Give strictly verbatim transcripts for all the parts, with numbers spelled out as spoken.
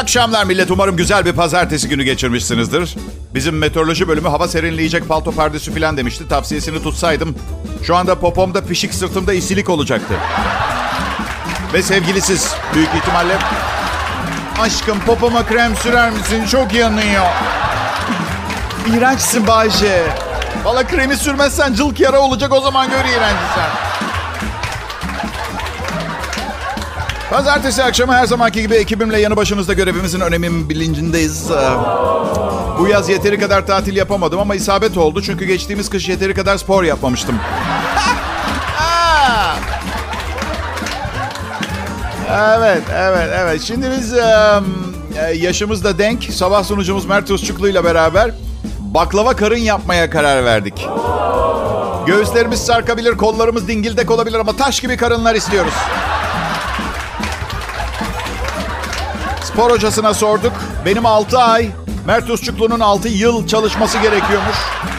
akşamlar millet. Umarım güzel bir pazartesi günü geçirmişsinizdir. Bizim meteoroloji bölümü hava serinleyecek palto perdesi falan demişti. Tavsiyesini tutsaydım şu anda popomda pişik, sırtımda isilik olacaktı. Ve sevgilisiz büyük ihtimalle. Aşkım popoma krem sürer misin? Çok yanıyor. İğrençsin Bayce. Valla kremi sürmezsen cılk yara olacak, o zaman gör iğrenci sen. Pazartesi akşamı her zamanki gibi ekibimle yanı başınızda görevimizin öneminin bilincindeyiz. Bu yaz yeteri kadar tatil yapamadım ama isabet oldu. Çünkü geçtiğimiz kış yeteri kadar spor yapmamıştım. Evet, evet, evet. Şimdi biz yaşımız da denk. Sabah sunucumuz Mert Usçuklu ile beraber baklava karın yapmaya karar verdik. Göğüslerimiz sarkabilir, kollarımız dingildek olabilir ama taş gibi karınlar istiyoruz. Spor hocasına sorduk. Benim altı ay, Mert Usçuklu'nun altı yıl çalışması gerekiyormuş.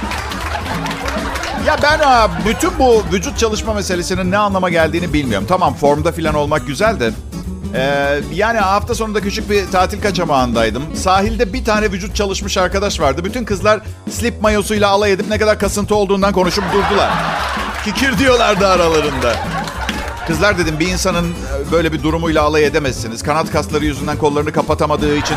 Ya ben bütün bu vücut çalışma meselesinin ne anlama geldiğini bilmiyorum. Tamam, formda falan olmak güzel de. Ee, yani hafta sonunda küçük bir tatil kaçamağındaydım. Sahilde bir tane vücut çalışmış arkadaş vardı. Bütün kızlar slip mayosuyla alay edip ne kadar kasıntı olduğundan konuşup durdular. Kikir diyorlardı aralarında. Kızlar dedim, bir insanın böyle bir durumuyla alay edemezsiniz. Kanat kasları yüzünden kollarını kapatamadığı için.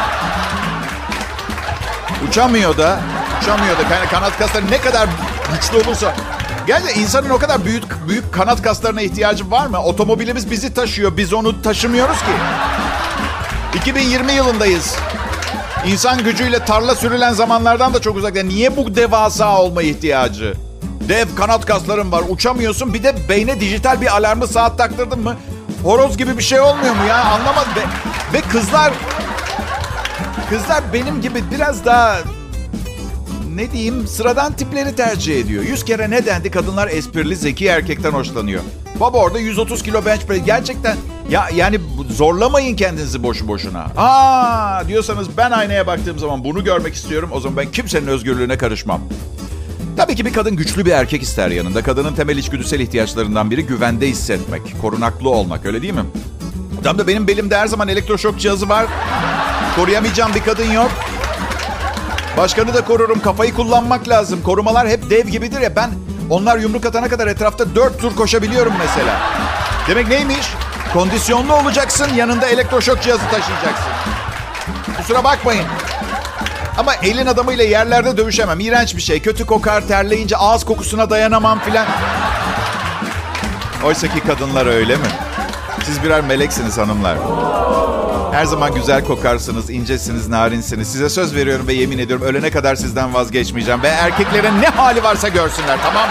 Uçamıyor da. Uçamıyor da. Yani kanat kasları ne kadar güçlü olursa. Gerçekten insanın o kadar büyük büyük kanat kaslarına ihtiyacı var mı? Otomobilimiz bizi taşıyor. Biz onu taşımıyoruz ki. iki bin yirmi yılındayız. İnsan gücüyle tarla sürülen zamanlardan da çok uzakta. Niye bu devasa olma ihtiyacı? Dev kanat kasların var. Uçamıyorsun. Bir de beyne dijital bir alarmlı saat taktırdın mı? Horoz gibi bir şey olmuyor mu ya? Anlamadım. Ve, ve kızlar... Kızlar benim gibi biraz daha... Ne diyeyim? Sıradan tipleri tercih ediyor. Yüz kere ne dendi? Kadınlar esprili, zeki erkekten hoşlanıyor. Baba orada yüz otuz kilo bench press. Gerçekten... Ya yani zorlamayın kendinizi boşu boşuna. Aa diyorsanız ben aynaya baktığım zaman bunu görmek istiyorum. O zaman ben kimsenin özgürlüğüne karışmam. Tabii ki bir kadın güçlü bir erkek ister yanında. Kadının temel içgüdüsel ihtiyaçlarından biri güvende hissetmek, korunaklı olmak, öyle değil mi? Tam da benim belimde her zaman elektroşok cihazı var. Koruyamayacağım bir kadın yok. Başkanı da korurum, kafayı kullanmak lazım. Korumalar hep dev gibidir ya, ben onlar yumruk atana kadar etrafta dört tur koşabiliyorum mesela. Demek neymiş? Kondisyonlu olacaksın, yanında elektroşok cihazı taşıyacaksın. Kusura bakmayın. Ama elin adamıyla yerlerde dövüşemem. İğrenç bir şey. Kötü kokar, terleyince ağız kokusuna dayanamam filan. Oysa ki kadınlar öyle mi? Siz birer meleksiniz hanımlar. Her zaman güzel kokarsınız, incesiniz, narinsiniz. Size söz veriyorum ve yemin ediyorum ölene kadar sizden vazgeçmeyeceğim. Ve erkeklerin ne hali varsa görsünler, tamam mı?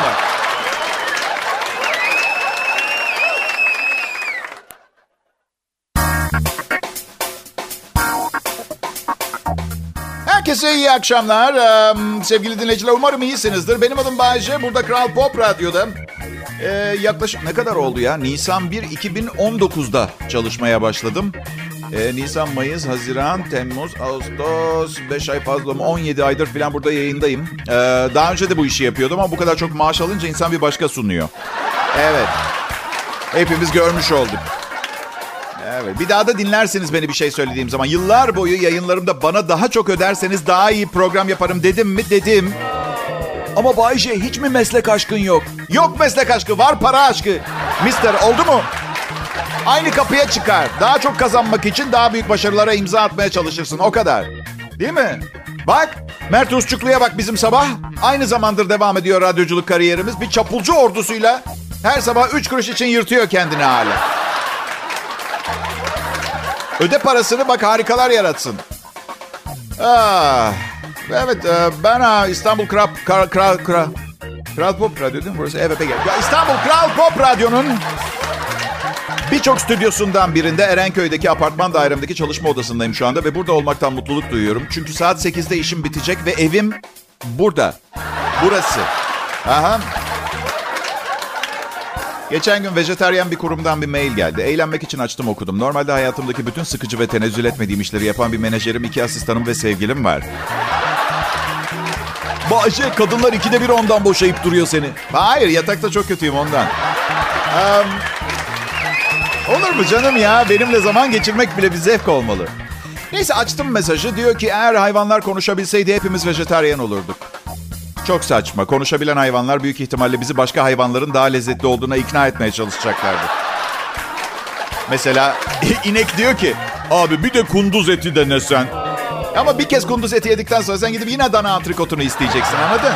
Herkese iyi akşamlar. Ee, sevgili dinleyiciler, umarım iyisinizdir. Benim adım Bayce. Burada Kral Pop Radyo'da. Ee, yaklaşık ne kadar oldu ya? Nisan bir iki bin on dokuzda çalışmaya başladım. Ee, Nisan, Mayıs, Haziran, Temmuz, Ağustos, beş ay fazla mı? on yedi aydır falan burada yayındayım. Ee, daha önce de bu işi yapıyordum ama bu kadar çok maaş alınca insan bir başka sunuyor. Evet. Hepimiz görmüş olduk. Evet. Bir daha da dinlersiniz beni bir şey söylediğim zaman. Yıllar boyu yayınlarımda bana daha çok öderseniz daha iyi program yaparım dedim mi? Dedim. Ama Bayce, hiç mi meslek aşkın yok? Yok meslek aşkı, var para aşkı. Mister, oldu mu? Aynı kapıya çıkar. Daha çok kazanmak için daha büyük başarılara imza atmaya çalışırsın. O kadar. Değil mi? Bak, Mert Usçuklu'ya bak bizim sabah. Aynı zamandır devam ediyor radyoculuk kariyerimiz. Bir çapulcu ordusuyla her sabah üç kuruş için yırtıyor kendini hala. Öde parasını, bak harikalar yaratsın. Ah, evet, ben İstanbul Kral Kral Kral Kral Kral Pop Radyo değil mi burası? Evet, peki. İstanbul Kral Pop Radyo'nun birçok stüdyosundan birinde Erenköy'deki apartman dairemdeki çalışma odasındayım şu anda ve burada olmaktan mutluluk duyuyorum. Çünkü saat sekizde işim bitecek ve evim burada. Burası. Aha. Geçen gün vejetaryen bir kurumdan bir mail geldi. Eğlenmek için açtım, okudum. Normalde hayatımdaki bütün sıkıcı ve tenezzül etmediğim işleri yapan bir menajerim, iki asistanım ve sevgilim var. Bayce, kadınlar ikide bir ondan boşayıp duruyor seni. Hayır, yatakta çok kötüyüm ondan. Um, olur mu canım ya? Benimle zaman geçirmek bile bir zevk olmalı. Neyse açtım mesajı. Diyor ki eğer hayvanlar konuşabilseydi hepimiz vejetaryen olurduk. Çok saçma. Konuşabilen hayvanlar büyük ihtimalle bizi başka hayvanların daha lezzetli olduğuna ikna etmeye çalışacaklardı. Mesela inek diyor ki abi bir de kunduz eti denesen. Ama bir kez kunduz eti yedikten sonra sen gidip yine dana antrikotunu isteyeceksin, anladın?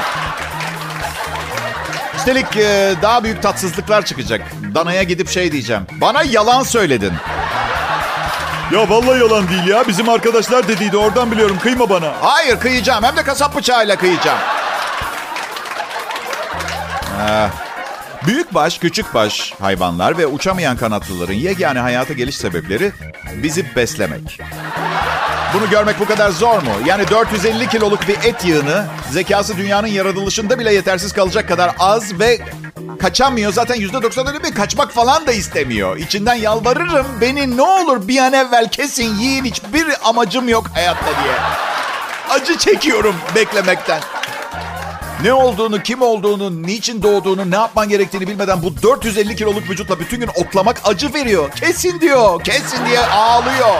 Üstelik daha büyük tatsızlıklar çıkacak. Danaya gidip şey diyeceğim. Bana yalan söyledin. Ya vallahi yalan değil ya. Bizim arkadaşlar dediydi, oradan biliyorum. Kıyma bana. Hayır, kıyacağım. Hem de kasap bıçağıyla kıyacağım. Ee, büyükbaş, küçükbaş hayvanlar ve uçamayan kanatlıların yegane hayata geliş sebepleri bizi beslemek. Bunu görmek bu kadar zor mu? Yani dört yüz elli kiloluk bir et yığını zekası dünyanın yaratılışında bile yetersiz kalacak kadar az ve kaçamıyor. Zaten yüzde doksan öyle bir kaçmak falan da istemiyor. İçinden yalvarırım, beni ne olur bir an evvel kesin yiyin, hiçbir amacım yok hayatta diye. Acı çekiyorum beklemekten. Ne olduğunu, kim olduğunu, niçin doğduğunu, ne yapman gerektiğini bilmeden bu dört yüz elli kiloluk vücutla bütün gün otlamak acı veriyor. Kesin diyor, kesin diye ağlıyor.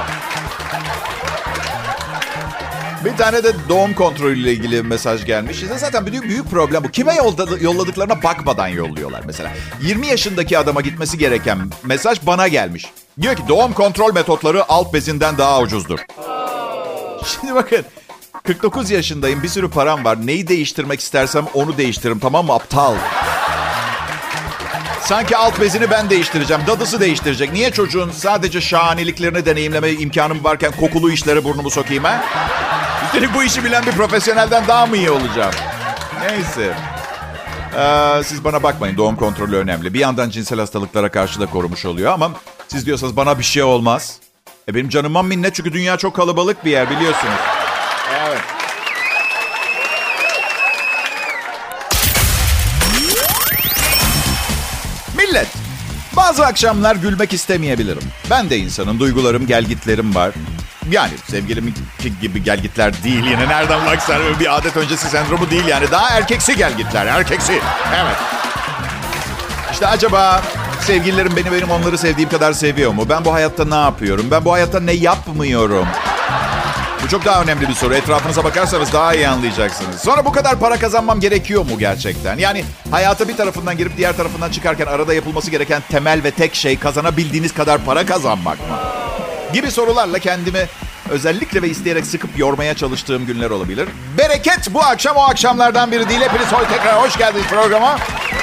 Bir tane de doğum kontrolüyle ilgili mesaj gelmiş. İşte zaten büyük, büyük problem bu. Kime yolladıklarına bakmadan yolluyorlar mesela. yirmi yaşındaki adama gitmesi gereken mesaj bana gelmiş. Diyor ki doğum kontrol metotları alt bezinden daha ucuzdur. Şimdi bakın. kırk dokuz yaşındayım, bir sürü param var. Neyi değiştirmek istersem onu değiştiririm, tamam mı aptal? Sanki alt bezini ben değiştireceğim, dadısı değiştirecek. Niye çocuğun sadece şahaneliklerini deneyimleme imkanım varken kokulu işlere burnumu sokayım ha? Üstelik bu işi bilen bir profesyonelden daha mı iyi olacağım? Neyse. Ee, siz bana bakmayın, doğum kontrolü önemli. Bir yandan cinsel hastalıklara karşı da korumuş oluyor ama siz diyorsanız bana bir şey olmaz. E benim canıma minnet, çünkü dünya çok kalabalık bir yer biliyorsunuz. Evet. Millet, bazı akşamlar gülmek istemeyebilirim. Ben de insanım, duygularım, gelgitlerim var. Yani sevgilim gibi gelgitler değil, yine nereden baksan bir adet öncesi sendromu değil yani. Daha erkeksi gelgitler, erkeksi. Evet. İşte acaba sevgililerim beni benim onları sevdiğim kadar seviyor mu? Ben bu hayatta ne yapıyorum? Ben bu hayatta ne yapmıyorum? Bu çok daha önemli bir soru. Etrafınıza bakarsanız daha iyi anlayacaksınız. Sonra bu kadar para kazanmam gerekiyor mu gerçekten? Yani hayata bir tarafından girip diğer tarafından çıkarken arada yapılması gereken temel ve tek şey kazanabildiğiniz kadar para kazanmak mı? Gibi sorularla kendimi özellikle ve isteyerek sıkıp yormaya çalıştığım günler olabilir. Bereket bu akşam o akşamlardan biri değil. Hepiniz hoş, tekrar hoş geldiniz programa.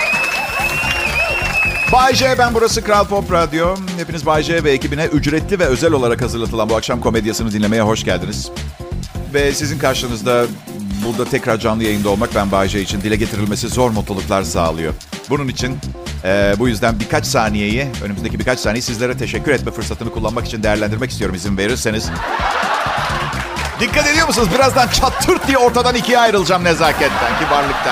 Bay J, ben burası Kral Pop Radyo. Hepiniz Bay J ve ekibine ücretli ve özel olarak hazırlatılan bu akşam komedyasını dinlemeye hoş geldiniz. Ve sizin karşınızda burada tekrar canlı yayında olmak ben Bay J için dile getirilmesi zor mutluluklar sağlıyor. Bunun için e, bu yüzden birkaç saniyeyi, önümüzdeki birkaç saniyeyi sizlere teşekkür etme fırsatını kullanmak için değerlendirmek istiyorum izin verirseniz. Dikkat ediyor musunuz? Birazdan çatırt diye ortadan ikiye ayrılacağım nezaketten, kibarlıktan.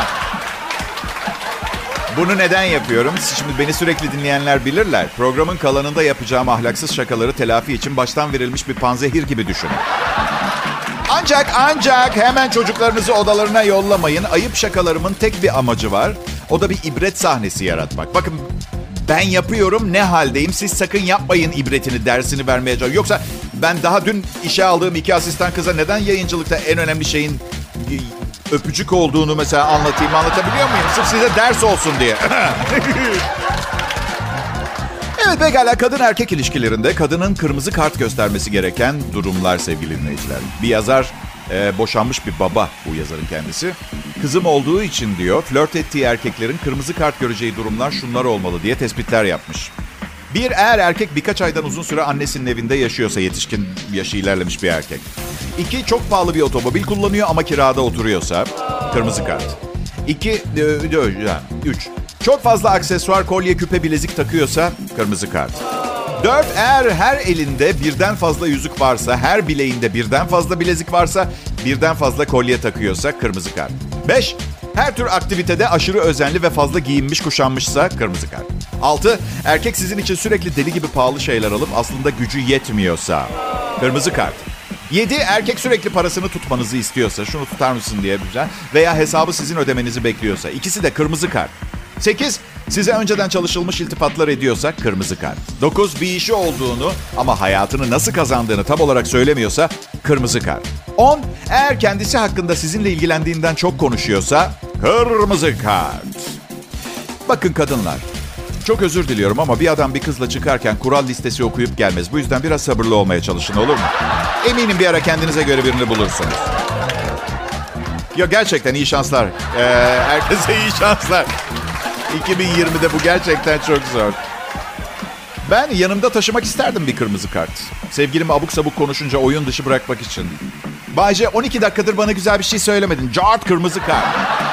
Bunu neden yapıyorum? Şimdi beni sürekli dinleyenler bilirler. Programın kalanında yapacağım ahlaksız şakaları telafi için baştan verilmiş bir panzehir gibi düşünün. Ancak ancak hemen çocuklarınızı odalarına yollamayın. Ayıp şakalarımın tek bir amacı var. O da bir ibret sahnesi yaratmak. Bakın ben yapıyorum, ne haldeyim, siz sakın yapmayın ibretini, dersini vermeye çalışıyorum. Yoksa ben daha dün işe aldığım iki asistan kıza neden yayıncılıkta en önemli şeyin öpücük olduğunu mesela anlatayım, anlatabiliyor muyum? Sırf size ders olsun diye. Evet, pekala, kadın erkek ilişkilerinde kadının kırmızı kart göstermesi gereken durumlar sevgili dinleyiciler. Bir yazar, e, boşanmış bir baba bu yazarın kendisi. Kızım olduğu için diyor, flört ettiği erkeklerin kırmızı kart göreceği durumlar şunlar olmalı diye tespitler yapmış. Bir, eğer erkek birkaç aydan uzun süre annesinin evinde yaşıyorsa, yetişkin yaşı ilerlemiş bir erkek. İki, çok pahalı bir otomobil kullanıyor ama kirada oturuyorsa, kırmızı kart. İki, üç, çok fazla aksesuar, kolye, küpe, bilezik takıyorsa, kırmızı kart. Dört, eğer her elinde birden fazla yüzük varsa, her bileğinde birden fazla bilezik varsa, birden fazla kolye takıyorsa, kırmızı kart. Beş, her tür aktivitede aşırı özenli ve fazla giyinmiş kuşanmışsa, kırmızı kart. Altı, erkek sizin için sürekli deli gibi pahalı şeyler alıp aslında gücü yetmiyorsa, kırmızı kart. Yedi, erkek sürekli parasını tutmanızı istiyorsa, şunu tutar mısın diye veya hesabı sizin ödemenizi bekliyorsa, ikisi de kırmızı kart. Sekiz, Size önceden çalışılmış iltifatlar ediyorsa kırmızı kart. dokuz bir işi olduğunu ama hayatını nasıl kazandığını tam olarak söylemiyorsa kırmızı kart. on Eğer kendisi hakkında sizinle ilgilendiğinden çok konuşuyorsa kırmızı kart. Bakın kadınlar, çok özür diliyorum ama bir adam bir kızla çıkarken kural listesi okuyup gelmez. Bu yüzden biraz sabırlı olmaya çalışın, olur mu? Eminim bir ara kendinize göre birini bulursunuz. Ya gerçekten iyi şanslar. Ee, herkese iyi şanslar. iki bin yirmide bu gerçekten çok zor. Ben yanımda taşımak isterdim bir kırmızı kart. Sevgilim abuk sabuk konuşunca oyun dışı bırakmak için. Bayce on iki dakikadır bana güzel bir şey söylemedin. Cart kırmızı kart.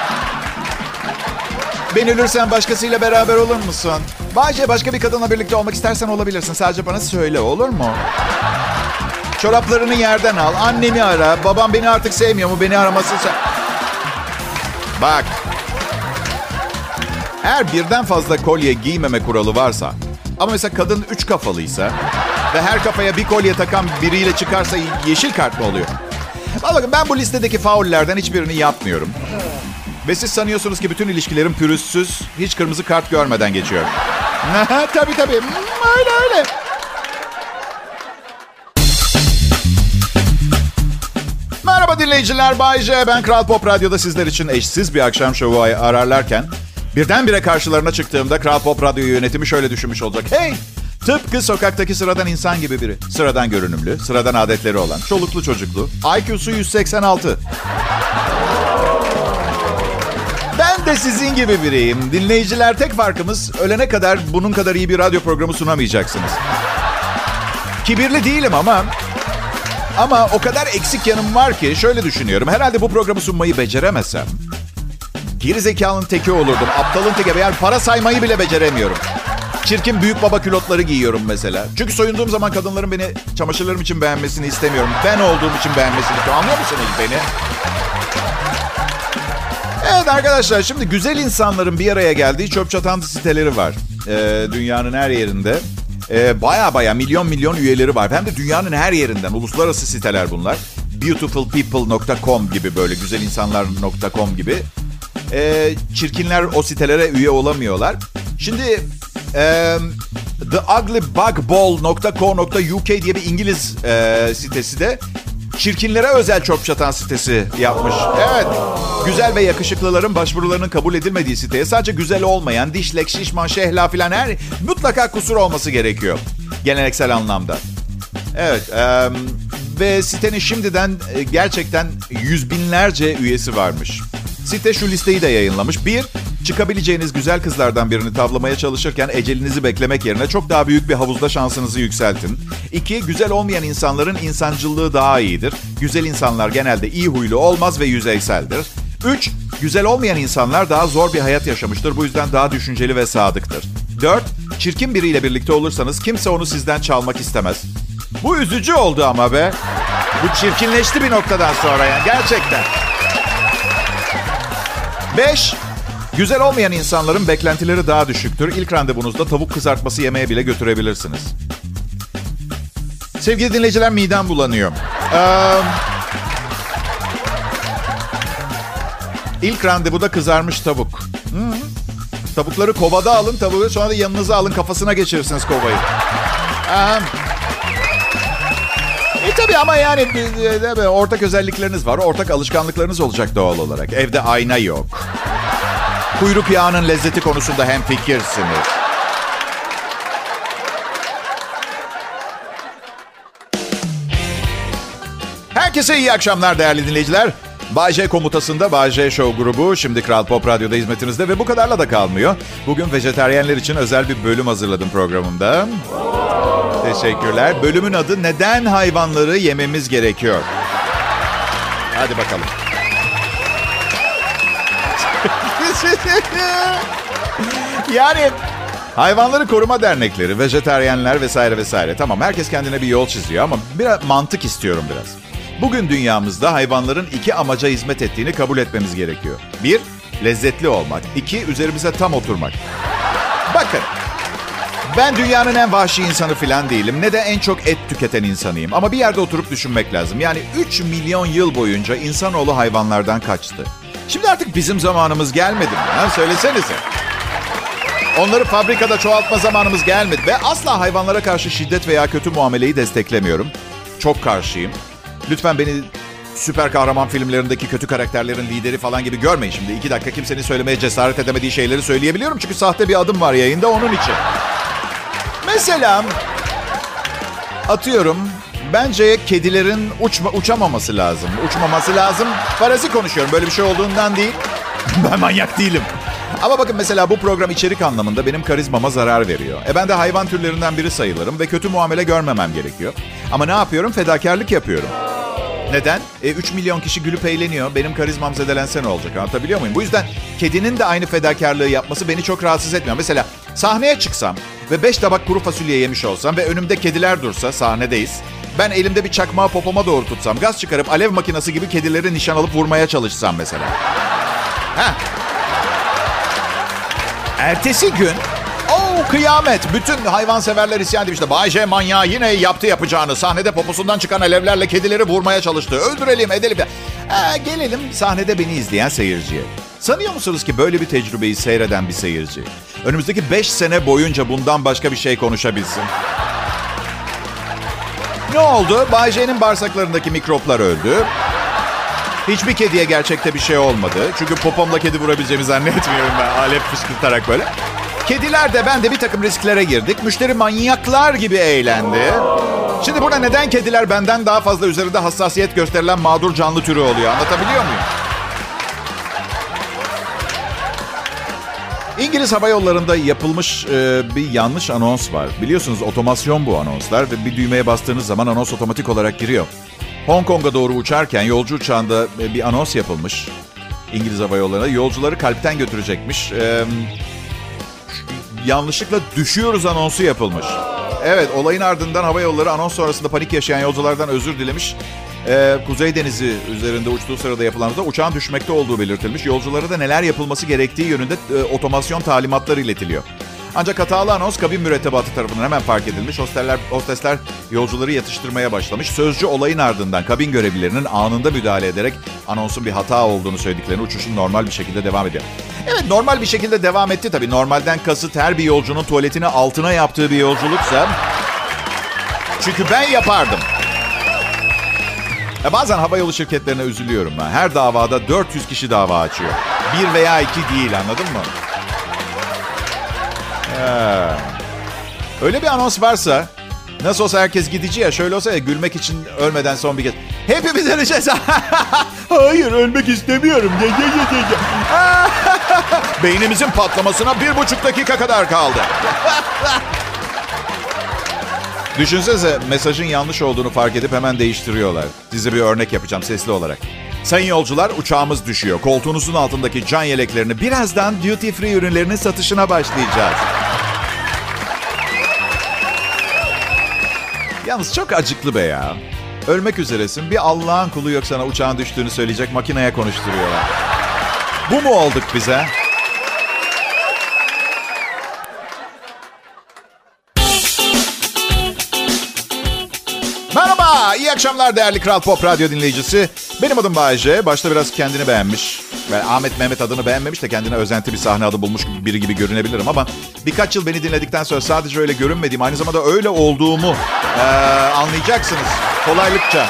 Ben ölürsem başkasıyla beraber olur musun? Bayce başka bir kadınla birlikte olmak istersen olabilirsin. Sadece bana söyle, olur mu? Çoraplarını yerden al. Annemi ara. Babam beni artık sevmiyor mu? Beni aramasın. Bak. Eğer birden fazla kolye giymeme kuralı varsa, ama mesela kadın üç kafalıysa ve her kafaya bir kolye takan biriyle çıkarsa yeşil kart mı oluyor? Bakın ben bu listedeki faullerden hiçbirini yapmıyorum. Ve siz sanıyorsunuz ki bütün ilişkilerim pürüzsüz, hiç kırmızı kart görmeden geçiyor. Tabii tabii. Öyle öyle. Merhaba dinleyiciler, Bay J. Ben Kral Pop Radyo'da sizler için eşsiz bir akşam şovu ararlarken birdenbire karşılarına çıktığımda Kral Pop Radyo yönetimi şöyle düşünmüş olacak. Hey! Tıpkı sokaktaki sıradan insan gibi biri. Sıradan görünümlü, sıradan adetleri olan, çoluklu çocuklu, I Q'su yüz seksen altı. Ben de sizin gibi biriyim. Dinleyiciler, tek farkımız ölene kadar bunun kadar iyi bir radyo programı sunamayacaksınız. Kibirli değilim ama... Ama o kadar eksik yanım var ki şöyle düşünüyorum. Herhalde bu programı sunmayı beceremesem gerizekalının teki olurdum. Aptalın teki. Yani para saymayı bile beceremiyorum. Çirkin büyük baba külotları giyiyorum mesela. Çünkü soyunduğum zaman kadınların beni çamaşırlarım için beğenmesini istemiyorum. Ben olduğum için beğenmesini istiyorum. Anlıyor musunuz beni? Evet arkadaşlar, şimdi güzel insanların bir araya geldiği çöp çatan siteleri var. Ee, dünyanın her yerinde. Ee, baya baya milyon milyon üyeleri var. Hem de dünyanın her yerinden. Uluslararası siteler bunlar. beautiful people nokta com gibi, böyle güzel insanlar nokta com gibi. Ee, çirkinler o sitelere üye olamıyorlar. Şimdi e, the ugly bug ball nokta co nokta uk diye bir İngiliz e, sitesi de çirkinlere özel çöp çatan sitesi yapmış. Evet. Güzel ve yakışıklıların başvurularının kabul edilmediği siteye sadece güzel olmayan, dişlek, şişman, şehla filan her mutlaka kusur olması gerekiyor. Geleneksel anlamda. Evet. E, ve sitenin şimdiden e, gerçekten yüz binlerce üyesi varmış. Site şu listeyi de yayınlamış. Bir, çıkabileceğiniz güzel kızlardan birini tavlamaya çalışırken ecelinizi beklemek yerine çok daha büyük bir havuzda şansınızı yükseltin. İki, güzel olmayan insanların insancıllığı daha iyidir. Güzel insanlar genelde iyi huylu olmaz ve yüzeyseldir. Üç, güzel olmayan insanlar daha zor bir hayat yaşamıştır. Bu yüzden daha düşünceli ve sadıktır. Dört, çirkin biriyle birlikte olursanız kimse onu sizden çalmak istemez. Bu üzücü oldu ama be. Bu çirkinleşti bir noktadan sonra yani gerçekten. Beş, güzel olmayan insanların beklentileri daha düşüktür. İlk randevunuzda tavuk kızartması yemeye bile götürebilirsiniz. Sevgili dinleyiciler, midem bulanıyor. Ee, ilk randevuda kızarmış tavuk. Hmm. Tavukları kovada alın, tavuğu sonra da yanınıza alın, kafasına geçirirsiniz kovayı. Ee, E tabii ama yani e, e, ortak özellikleriniz var. Ortak alışkanlıklarınız olacak doğal olarak. Evde ayna yok. Kuyruk yağının lezzeti konusunda hemfikirsiniz. Herkese iyi akşamlar değerli dinleyiciler. Bay J komutasında Bay J Show grubu şimdi Kral Pop Radyo'da hizmetinizde ve bu kadarla da kalmıyor. Bugün vejetaryenler için özel bir bölüm hazırladım programımda. Teşekkürler. Bölümün adı Neden Hayvanları Yememiz Gerekiyor? Hadi bakalım. Yani hayvanları koruma dernekleri, vejetaryenler vesaire vesaire. Tamam, herkes kendine bir yol çiziyor ama biraz mantık istiyorum biraz. Bugün dünyamızda hayvanların iki amaca hizmet ettiğini kabul etmemiz gerekiyor. Bir, lezzetli olmak. İki, üzerimize tam oturmak. Bakın, ben dünyanın en vahşi insanı falan değilim. Ne de en çok et tüketen insanıyım. Ama bir yerde oturup düşünmek lazım. Yani üç milyon yıl boyunca insanoğlu hayvanlardan kaçtı. Şimdi artık bizim zamanımız gelmedi mi? Ha? Söylesenize. Onları fabrikada çoğaltma zamanımız gelmedi. Ve asla hayvanlara karşı şiddet veya kötü muameleyi desteklemiyorum. Çok karşıyım. Lütfen beni süper kahraman filmlerindeki kötü karakterlerin lideri falan gibi görmeyin şimdi. İki dakika kimsenin söylemeye cesaret edemediği şeyleri söyleyebiliyorum. Çünkü sahte bir adım var yayında onun için. Mesela atıyorum, bence kedilerin uçma, uçamaması lazım. Uçmaması lazım. Farazi konuşuyorum. Böyle bir şey olduğundan değil. Ben manyak değilim. Ama bakın mesela bu program içerik anlamında benim karizmama zarar veriyor. E ben de hayvan türlerinden biri sayılırım ve kötü muamele görmemem gerekiyor. Ama ne yapıyorum? Fedakarlık yapıyorum. Neden? E, üç milyon kişi gülüp eğleniyor. Benim karizmam zedelense ne olacak? Anlatabiliyor muyum? Bu yüzden kedinin de aynı fedakarlığı yapması beni çok rahatsız etmiyor. Mesela sahneye çıksam ve beş tabak kuru fasulye yemiş olsam ve önümde kediler dursa, sahnedeyiz. Ben elimde bir çakmağı popoma doğru tutsam, gaz çıkarıp alev makinesi gibi kedileri nişan alıp vurmaya çalışsam mesela. Heh. Ertesi gün, o kıyamet. Bütün hayvanseverler isyan edip işte Bay J manyağı yine yaptı yapacağını. Sahnede poposundan çıkan alevlerle kedileri vurmaya çalıştı. Öldürelim, edelim. Ee, gelelim sahnede beni izleyen seyirciye. Sanıyor musunuz ki böyle bir tecrübeyi seyreden bir seyirci önümüzdeki beş sene boyunca bundan başka bir şey konuşabilsin? Ne oldu? Bay J'nin bağırsaklarındaki mikroplar öldü. Hiçbir kediye gerçekte bir şey olmadı. Çünkü popomla kedi vurabileceğimi zannetmiyorum ben. Alev fışkırtarak böyle. Kediler de ben de bir takım risklere girdik. Müşteri manyaklar gibi eğlendi. Şimdi burada neden kediler benden daha fazla üzerinde hassasiyet gösterilen mağdur canlı türü oluyor? Anlatabiliyor muyum? İngiliz Hava Yolları'nda yapılmış e, bir yanlış anons var. Biliyorsunuz otomasyon bu anonslar ve bir düğmeye bastığınız zaman anons otomatik olarak giriyor. Hong Kong'a doğru uçarken yolcu uçağında bir anons yapılmış. İngiliz Hava Yolları'na yolcuları kalpten götürecekmiş. Ee, yanlışlıkla düşüyoruz anonsu yapılmış. Evet, olayın ardından hava yolları anons sonrasında panik yaşayan yolculardan özür dilemiş. Ee, Kuzey Denizi üzerinde uçtuğu sırada yapılanında uçağın düşmekte olduğu belirtilmiş. Yolculara da neler yapılması gerektiği yönünde e, otomasyon talimatları iletiliyor. Ancak hatalı anons kabin mürettebatı tarafından hemen fark edilmiş. Hosteller, hostesler yolcuları yatıştırmaya başlamış. Sözcü olayın ardından kabin görevlilerinin anında müdahale ederek anonsun bir hata olduğunu söylediklerini, uçuşun normal bir şekilde devam ediyor. Evet, normal bir şekilde devam etti tabii. Normalden kasıt her bir yolcunun tuvaletini altına yaptığı bir yolculuksa. Çünkü ben yapardım. Ya bazen havayolu şirketlerine üzülüyorum ben. Her davada dört yüz kişi dava açıyor. Bir veya iki değil, anladın mı? Ee, öyle bir anons varsa, nasıl olsa herkes gidici ya, şöyle olsa ya, gülmek için ölmeden son bir kez. Hepimiz öleceğiz. Hayır, ölmek istemiyorum. Beynimizin patlamasına bir buçuk dakika kadar kaldı. Düşünsenize, mesajın yanlış olduğunu fark edip hemen değiştiriyorlar. Size bir örnek yapacağım sesli olarak. Sayın yolcular, uçağımız düşüyor. Koltuğunuzun altındaki can yeleklerini birazdan duty free ürünlerinin satışına başlayacağız. Yalnız çok acıklı be ya. Ölmek üzeresin. Bir Allah'ın kulu yok sana uçağın düştüğünü söyleyecek, makineye konuşturuyorlar. Bu mu olduk bize? Merhaba, iyi akşamlar değerli Kral Pop Radyo dinleyicisi. Benim adım Bay J. Başta biraz kendini beğenmiş. Yani Ahmet Mehmet adını beğenmemiş de kendine özenti bir sahne adı bulmuş biri gibi görünebilirim. Ama birkaç yıl beni dinledikten sonra sadece öyle görünmediğim, aynı zamanda öyle olduğumu ee, anlayacaksınız kolaylıkça.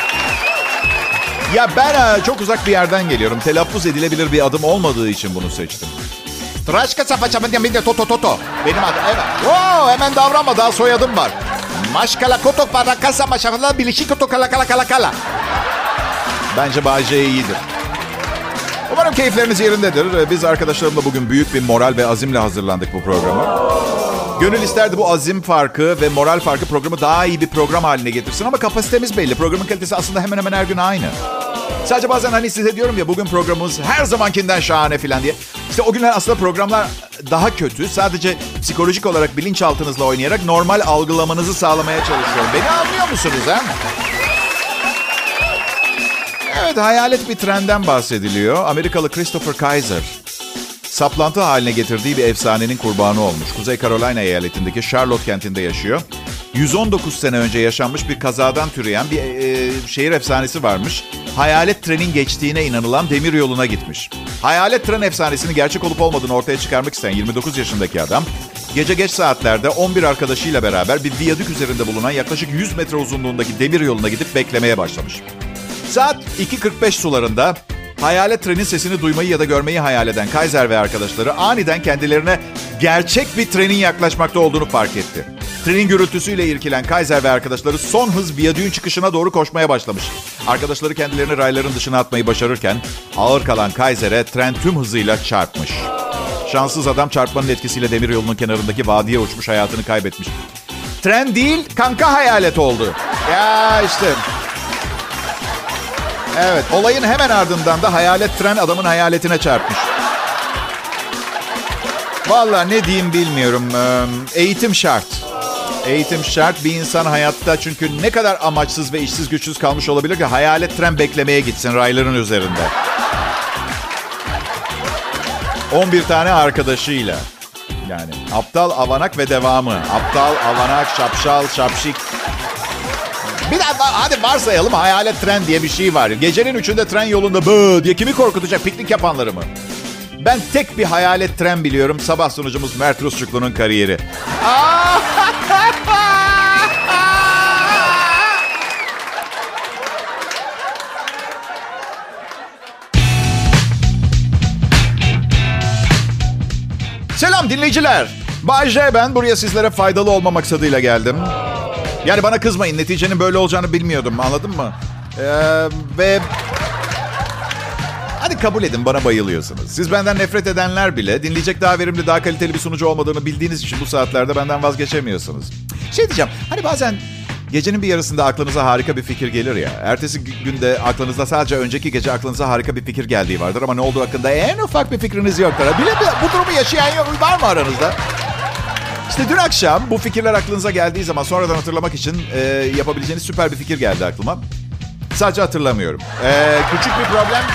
Ya ben e, çok uzak bir yerden geliyorum. Telaffuz edilebilir bir adım olmadığı için bunu seçtim. Tıraşka sapaçamın bir de toto toto. Benim adım, evet. Oo, hemen davranma, daha soyadım var. Maşkala kotok barakasa maşakala bilişik kotok kala kala kala kala. Bence Bay J iyidir. Umarım keyifleriniz yerindedir. Biz arkadaşlarımla bugün büyük bir moral ve azimle hazırlandık bu programa. Gönül isterdi bu azim farkı ve moral farkı programı daha iyi bir program haline getirsin. Ama kapasitemiz belli. Programın kalitesi aslında hemen hemen her gün aynı. Sadece bazen hani size diyorum ya, bugün programımız her zamankinden şahane falan diye. İşte o günler aslında programlar daha kötü. Sadece psikolojik olarak bilinçaltınızla oynayarak normal algılamanızı sağlamaya çalışıyorum. Beni anlıyor musunuz ha? Evet, hayalet bir trenden bahsediliyor. Amerikalı Christopher Kaiser saplantı haline getirdiği bir efsanenin kurbanı olmuş. Kuzey Carolina eyaletindeki Charlotte kentinde yaşıyor. yüz on dokuz sene önce yaşanmış bir kazadan türeyen bir e, şehir efsanesi varmış. Hayalet trenin geçtiğine inanılan demir yoluna gitmiş. Hayalet tren efsanesinin gerçek olup olmadığını ortaya çıkarmak isteyen yirmi dokuz yaşındaki adam, gece geç saatlerde on bir arkadaşıyla beraber bir viyadük üzerinde bulunan yaklaşık yüz metre uzunluğundaki demir yoluna gidip beklemeye başlamış. Saat iki kırk beş sularında hayalet trenin sesini duymayı ya da görmeyi hayal eden Kaiser ve arkadaşları aniden kendilerine gerçek bir trenin yaklaşmakta olduğunu fark etti. Trenin gürültüsüyle irkilen Kaiser ve arkadaşları son hız viyadüğün çıkışına doğru koşmaya başlamış. Arkadaşları kendilerini rayların dışına atmayı başarırken ağır kalan Kaiser'e tren tüm hızıyla çarpmış. Şanssız adam çarpmanın etkisiyle demir yolunun kenarındaki vadiye uçmuş, hayatını kaybetmiş. Tren değil, kanka hayalet oldu. Ya işte. Evet, olayın hemen ardından da hayalet tren adamın hayaletine çarpmış. Vallahi ne diyeyim bilmiyorum. Eğitim şart. Eğitim şart. Bir insan hayatta çünkü ne kadar amaçsız ve işsiz güçsüz kalmış olabilir ki hayalet tren beklemeye gitsin rayların üzerinde. on bir tane arkadaşıyla. Yani aptal, avanak ve devamı. Aptal, avanak, şapşal, şapşik. Bir de hadi varsayalım hayalet tren diye bir şey var. Gecenin üçünde tren yolunda bıı diye kimi korkutacak, piknik yapanları mı? Ben tek bir hayalet tren biliyorum. Sabah sunucumuz Mert Rusçuklu'nun kariyeri. Selam dinleyiciler. Bay J ben. Buraya sizlere faydalı olma maksadıyla geldim. Yani bana kızmayın. Neticenin böyle olacağını bilmiyordum. Anladın mı? Ee, ve... Hadi kabul edin, bana bayılıyorsunuz. Siz benden nefret edenler bile dinleyecek daha verimli, daha kaliteli bir sunucu olmadığını bildiğiniz için bu saatlerde benden vazgeçemiyorsunuz. Şey diyeceğim, hani bazen gecenin bir yarısında aklınıza harika bir fikir gelir ya. Ertesi günde aklınızda sadece önceki gece aklınıza harika bir fikir geldiği vardır ama ne olduğu hakkında en ufak bir fikriniz yoktur. Bile bile bu durumu yaşayan yok, var mı aranızda? İşte dün akşam bu fikirler aklınıza geldiği zaman sonradan hatırlamak için e, yapabileceğiniz süper bir fikir geldi aklıma. Sadece hatırlamıyorum. E, küçük bir problem...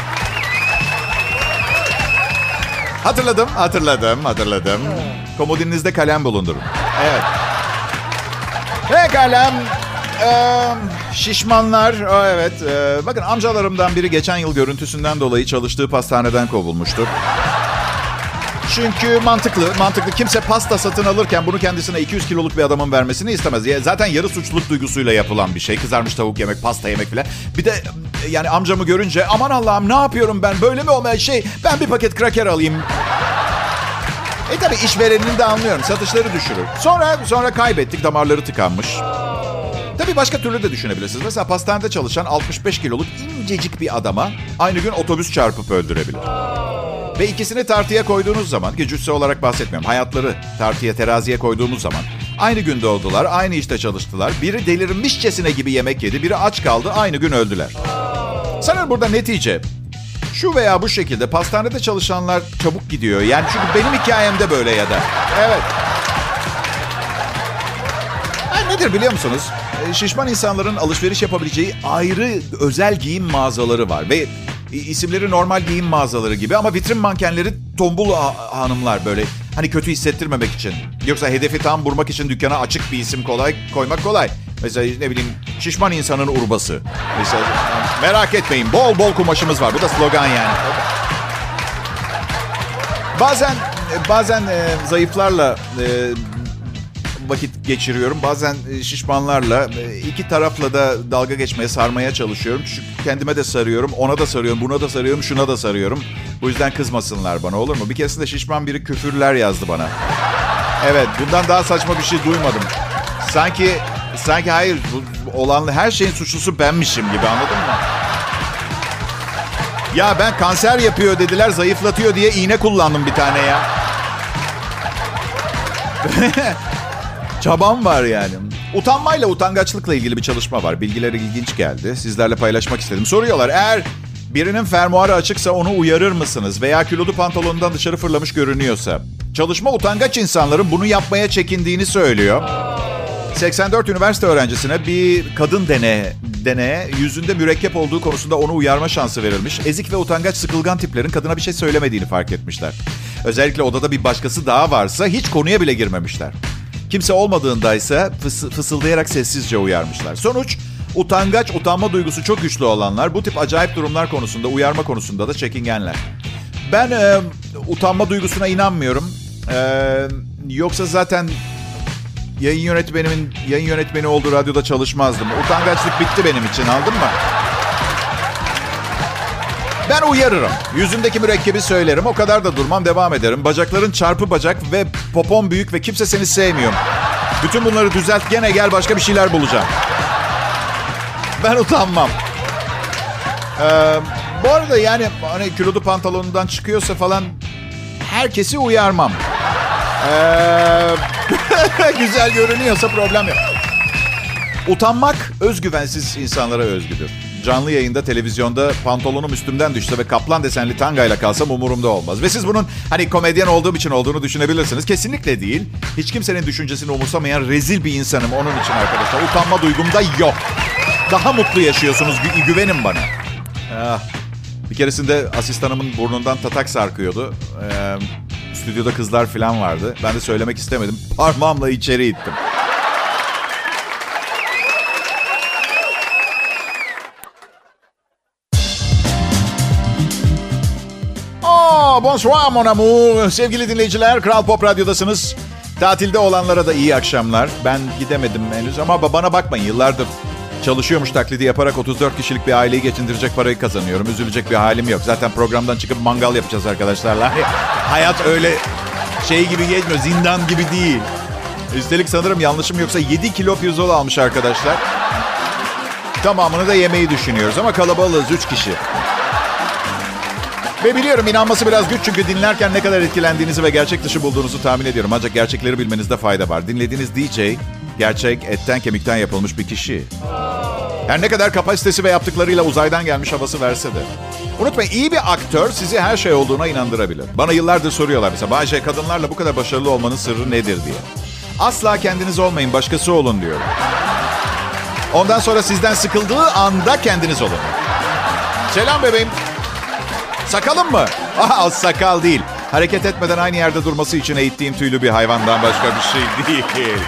Hatırladım, hatırladım, hatırladım. Komodinizde kalem bulundurun. Evet. Ve kalem... Ee, şişmanlar, o evet. Ee, bakın amcalarımdan biri geçen yıl görüntüsünden dolayı çalıştığı pastaneden kovulmuştu. Çünkü mantıklı, mantıklı. Kimse pasta satın alırken bunu kendisine iki yüz kiloluk bir adamın vermesini istemez. Zaten yarı suçluluk duygusuyla yapılan bir şey. Kızarmış tavuk yemek, pasta yemek bile. Bir de yani amcamı görünce aman Allah'ım ne yapıyorum ben, böyle mi olmaya şey, ben bir paket kraker alayım. E tabii işverenini de anlıyorum. Satışları düşürür. Sonra sonra kaybettik, damarları tıkanmış. Tabii başka türlü de düşünebilirsiniz. Mesela pastanede çalışan altmış beş kiloluk incecik bir adama aynı gün otobüs çarpıp öldürebilir. Ve ikisini tartıya koyduğunuz zaman, ki cüsse olarak bahsetmiyorum, hayatları tartıya, teraziye koyduğumuz zaman aynı gün doğdular, aynı işte çalıştılar. Biri delirmişçesine gibi yemek yedi, biri aç kaldı, aynı gün öldüler. Sanırım burada netice şu veya bu şekilde pastanede çalışanlar çabuk gidiyor. Yani çünkü benim hikayemde böyle ya da. Evet. Yani nedir biliyor musunuz? Şişman insanların alışveriş yapabileceği ayrı özel giyim mağazaları var. Ve isimleri normal giyim mağazaları gibi ama vitrin mankenleri tombul hanımlar böyle. Hani kötü hissettirmemek için. Yoksa hedefi tam vurmak için dükkana açık bir isim kolay koymak kolay. Mesela ne bileyim şişman insanın urbası. Mesela merak etmeyin bol bol kumaşımız var. Bu da slogan yani. Bazen bazen e, zayıflarla e, vakit geçiriyorum. Bazen şişmanlarla, iki tarafla da dalga geçmeye, sarmaya çalışıyorum. Çünkü kendime de sarıyorum, ona da sarıyorum, buna da sarıyorum, şuna da sarıyorum. Bu yüzden kızmasınlar bana, olur mu? Bir keresinde şişman biri küfürler yazdı bana. Evet, bundan daha saçma bir şey duymadım. Sanki, sanki hayır, olan her şeyin suçlusu benmişim gibi, anladın mı? Ya ben kanser yapıyor dediler, zayıflatıyor diye iğne kullandım bir tane ya. Çabam var yani. Utanmayla utangaçlıkla ilgili bir çalışma var. Bilgiler ilginç geldi. Sizlerle paylaşmak istedim. Soruyorlar, eğer birinin fermuarı açıksa onu uyarır mısınız? Veya kilolu pantolonundan dışarı fırlamış görünüyorsa. Çalışma utangaç insanların bunu yapmaya çekindiğini söylüyor. seksen dört üniversite öğrencisine bir kadın dene, deneye yüzünde mürekkep olduğu konusunda onu uyarma şansı verilmiş. Ezik ve utangaç sıkılgan tiplerin kadına bir şey söylemediğini fark etmişler. Özellikle odada bir başkası daha varsa hiç konuya bile girmemişler. Kimse olmadığında ise fıs- fısıldayarak sessizce uyarmışlar. Sonuç, utangaç, utanma duygusu çok güçlü olanlar bu tip acayip durumlar konusunda, uyarma konusunda da çekingenler. Ben e, utanma duygusuna inanmıyorum. E, yoksa zaten yayın yönetmenimin yayın yönetmeni olduğu radyoda çalışmazdım. Utangaçlık bitti benim için, aldın mı? Ben uyarırım. Yüzümdeki mürekkebi söylerim. O kadar da durmam, devam ederim. Bacakların çarpı bacak ve popon büyük ve kimse seni sevmiyor. Bütün bunları düzelt, gene gel, başka bir şeyler bulacağım. Ben utanmam. Ee, bu arada yani hani kilolu pantolonundan çıkıyorsa falan herkesi uyarmam. Ee, güzel görünüyorsa problem yok. Utanmak özgüvensiz insanlara özgüdür. Canlı yayında, televizyonda pantolonum üstümden düşse ve kaplan desenli tangayla kalsam umurumda olmaz. Ve siz bunun hani komedyen olduğum için olduğunu düşünebilirsiniz. Kesinlikle değil. Hiç kimsenin düşüncesini umursamayan rezil bir insanım onun için arkadaşlar. Utanma duygum da yok. Daha mutlu yaşıyorsunuz, gü- güvenin bana. Ah, bir keresinde asistanımın burnundan tatak sarkıyordu. Ee, stüdyoda kızlar falan vardı. Ben de söylemek istemedim. Parmağımla içeri ittim. Bonsoir mon amour. Sevgili dinleyiciler, Kral Pop Radyo'dasınız. Tatilde olanlara da iyi akşamlar. Ben gidemedim henüz ama bana bakmayın, yıllardır çalışıyormuş taklidi yaparak otuz dört kişilik bir aileyi geçindirecek parayı kazanıyorum. Üzülecek bir halim yok. Zaten programdan çıkıp mangal yapacağız arkadaşlarla. Hayat öyle şey gibi geçmiyor, zindan gibi değil. Üstelik sanırım yanlışım yoksa yedi kilo pirzola almış arkadaşlar. Tamamını da yemeyi düşünüyoruz ama kalabalığız, üç kişi. Ve biliyorum inanması biraz güç çünkü dinlerken ne kadar etkilendiğinizi ve gerçek dışı bulduğunuzu tahmin ediyorum. Ancak gerçekleri bilmenizde fayda var. Dinlediğiniz D J, gerçek etten kemikten yapılmış bir kişi. Her ne kadar kapasitesi ve yaptıklarıyla uzaydan gelmiş havası verse de. Unutmayın, iyi bir aktör sizi her şey olduğuna inandırabilir. Bana yıllardır soruyorlar mesela, Bayce, kadınlarla bu kadar başarılı olmanın sırrı nedir diye. Asla kendiniz olmayın, başkası olun diyorum. Ondan sonra sizden sıkıldığı anda kendiniz olun. Selam bebeğim. Sakalım mı? Aa, sakal değil. Hareket etmeden aynı yerde durması için eğittiğim tüylü bir hayvandan başka bir şey değil.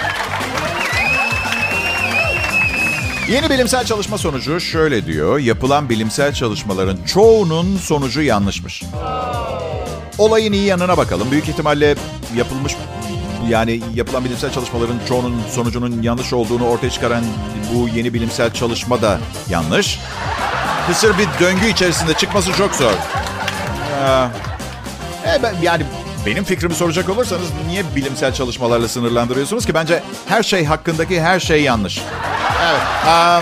Yeni bilimsel çalışma sonucu şöyle diyor. Yapılan bilimsel çalışmaların çoğunun sonucu yanlışmış. Olayın iyi yanına bakalım. Büyük ihtimalle yapılmış, yani yapılan bilimsel çalışmaların çoğunun sonucunun yanlış olduğunu ortaya çıkaran bu yeni bilimsel çalışma da yanlış. Kısır bir döngü içerisinde çıkması çok zor. Ee, ben, yani benim fikrimi soracak olursanız niye bilimsel çalışmalarla sınırlandırıyorsunuz ki? Bence her şey hakkındaki her şey yanlış. Evet. Um,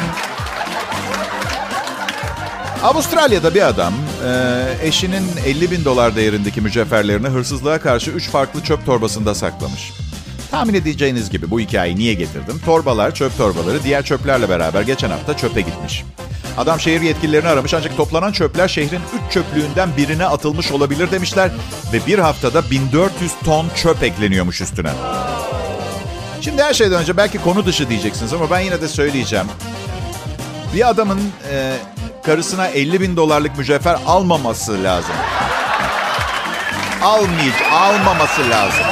Avustralya'da bir adam e, eşinin elli bin dolar değerindeki mücevherlerini hırsızlığa karşı üç farklı çöp torbasında saklamış. Tahmin edeceğiniz gibi bu hikayeyi niye getirdim? Torbalar, çöp torbaları diğer çöplerle beraber geçen hafta çöpe gitmiş. Adam şehir yetkililerini aramış ancak toplanan çöpler şehrin üç çöplüğünden birine atılmış olabilir demişler. Ve bir haftada bin dört yüz ton çöp ekleniyormuş üstüne. Şimdi her şeyden önce belki konu dışı diyeceksiniz ama ben yine de söyleyeceğim. Bir adamın e, karısına elli bin dolarlık mücevher almaması lazım. Almayacak, almaması lazım.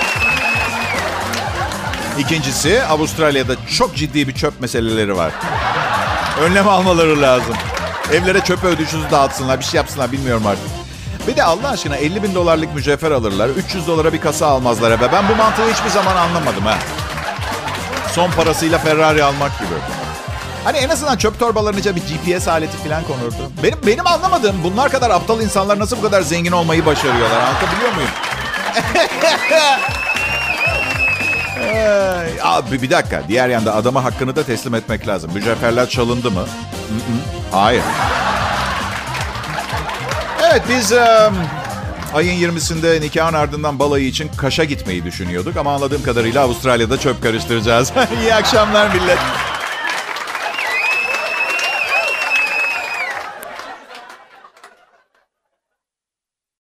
İkincisi, Avustralya'da çok ciddi bir çöp meseleleri var. Önlem almaları lazım. Evlere çöpe ödüşüzü dağıtsınlar, bir şey yapsınlar, bilmiyorum artık. Bir de Allah aşkına elli bin dolarlık mücevher alırlar, üç yüz dolara bir kasa almazlar eve. Ben bu mantığı hiçbir zaman anlamadım ha. Son parasıyla Ferrari almak gibi. Hani en azından çöp torbalarına bir G P S aleti falan konurdu. Benim benim anlamadığım, bunlar kadar aptal insanlar nasıl bu kadar zengin olmayı başarıyorlar? Anlatabiliyor muyum? Ee, abi bir dakika. Diğer yanda adama hakkını da teslim etmek lazım. Mücevherler çalındı mı? Hı-hı. Hayır. Evet, biz um, ayın yirmisinde nikahın ardından balayı için Kaş'a gitmeyi düşünüyorduk. Ama anladığım kadarıyla Avustralya'da çöp karıştıracağız. İyi akşamlar millet.